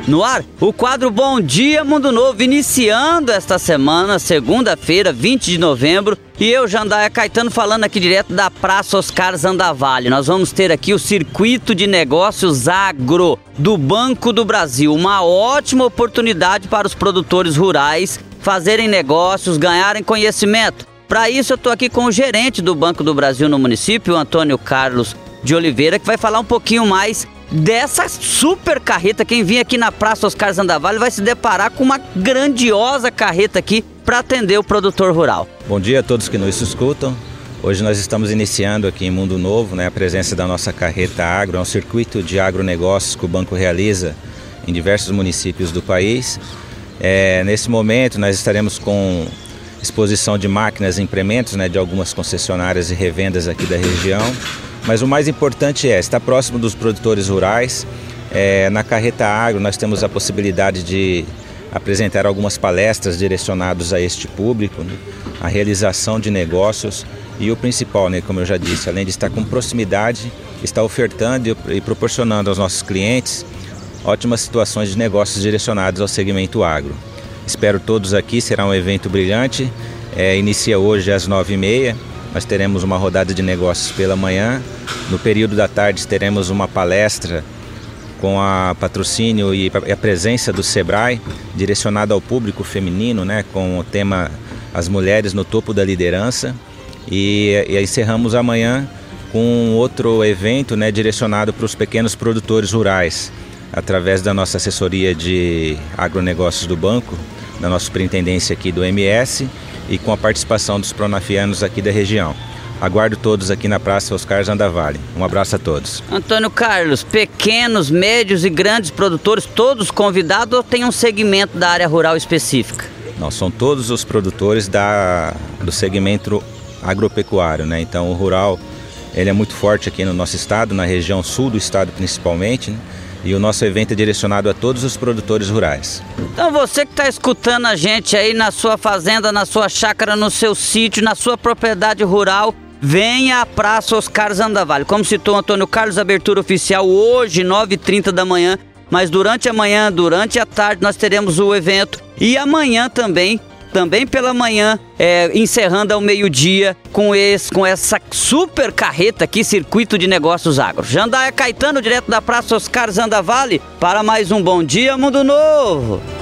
No ar, o quadro Bom Dia Mundo Novo, iniciando esta semana, segunda-feira, 20 de novembro. E eu, Jandaia Caetano, falando aqui direto da Praça Oscar Zandavalli. Nós vamos ter aqui o Circuito de Negócios Agro do Banco do Brasil. Uma ótima oportunidade para os produtores rurais fazerem negócios, ganharem conhecimento. Para isso, eu estou aqui com o gerente do Banco do Brasil no município, o Antônio Carlos de Oliveira, que vai falar um pouquinho mais dessa super carreta. Quem vir aqui na Praça Oscar Zandavalli vai se deparar com uma grandiosa carreta aqui para atender o produtor rural. Bom dia a todos que nos escutam. Hoje nós estamos iniciando aqui em Mundo Novo, a presença da nossa carreta agro. É um circuito de agronegócios que o banco realiza em diversos municípios do país. Nesse momento nós estaremos com exposição de máquinas e implementos de algumas concessionárias e revendas aqui da região. Mas o mais importante é estar próximo dos produtores rurais. Na carreta agro nós temos a possibilidade de apresentar algumas palestras direcionadas a este público, a realização de negócios e o principal, como eu já disse, além de estar com proximidade, está ofertando e proporcionando aos nossos clientes ótimas situações de negócios direcionados ao segmento agro. Espero todos aqui, será um evento brilhante, inicia hoje às 9h30. Nós teremos uma rodada de negócios pela manhã. No período da tarde teremos uma palestra com a patrocínio e a presença do Sebrae, direcionada ao público feminino, com o tema As Mulheres no Topo da Liderança. E encerramos amanhã com outro evento direcionado para os pequenos produtores rurais, através da nossa assessoria de agronegócios do banco, da nossa superintendência aqui do MS, e com a participação dos pronafianos aqui da região. Aguardo todos aqui na Praça Oscar Zandavalli. Um abraço a todos. Antônio Carlos, pequenos, médios e grandes produtores, todos convidados ou tem um segmento da área rural específica? Não, são todos os produtores do segmento agropecuário, Então o rural ele é muito forte aqui no nosso estado, na região sul do estado principalmente, E o nosso evento é direcionado a todos os produtores rurais. Então você que está escutando a gente aí na sua fazenda, na sua chácara, no seu sítio, na sua propriedade rural, venha à Praça Oscar Zandavalli. Como citou Antônio Carlos, abertura oficial hoje, 9h30 da manhã. Mas durante a manhã, durante a tarde, nós teremos o evento. E amanhã também pela manhã, encerrando ao meio-dia com essa super carreta aqui, Circuito de Negócios Agro. Jandaia Caetano, direto da Praça Oscar Zandavalli, para mais um Bom Dia Mundo Novo.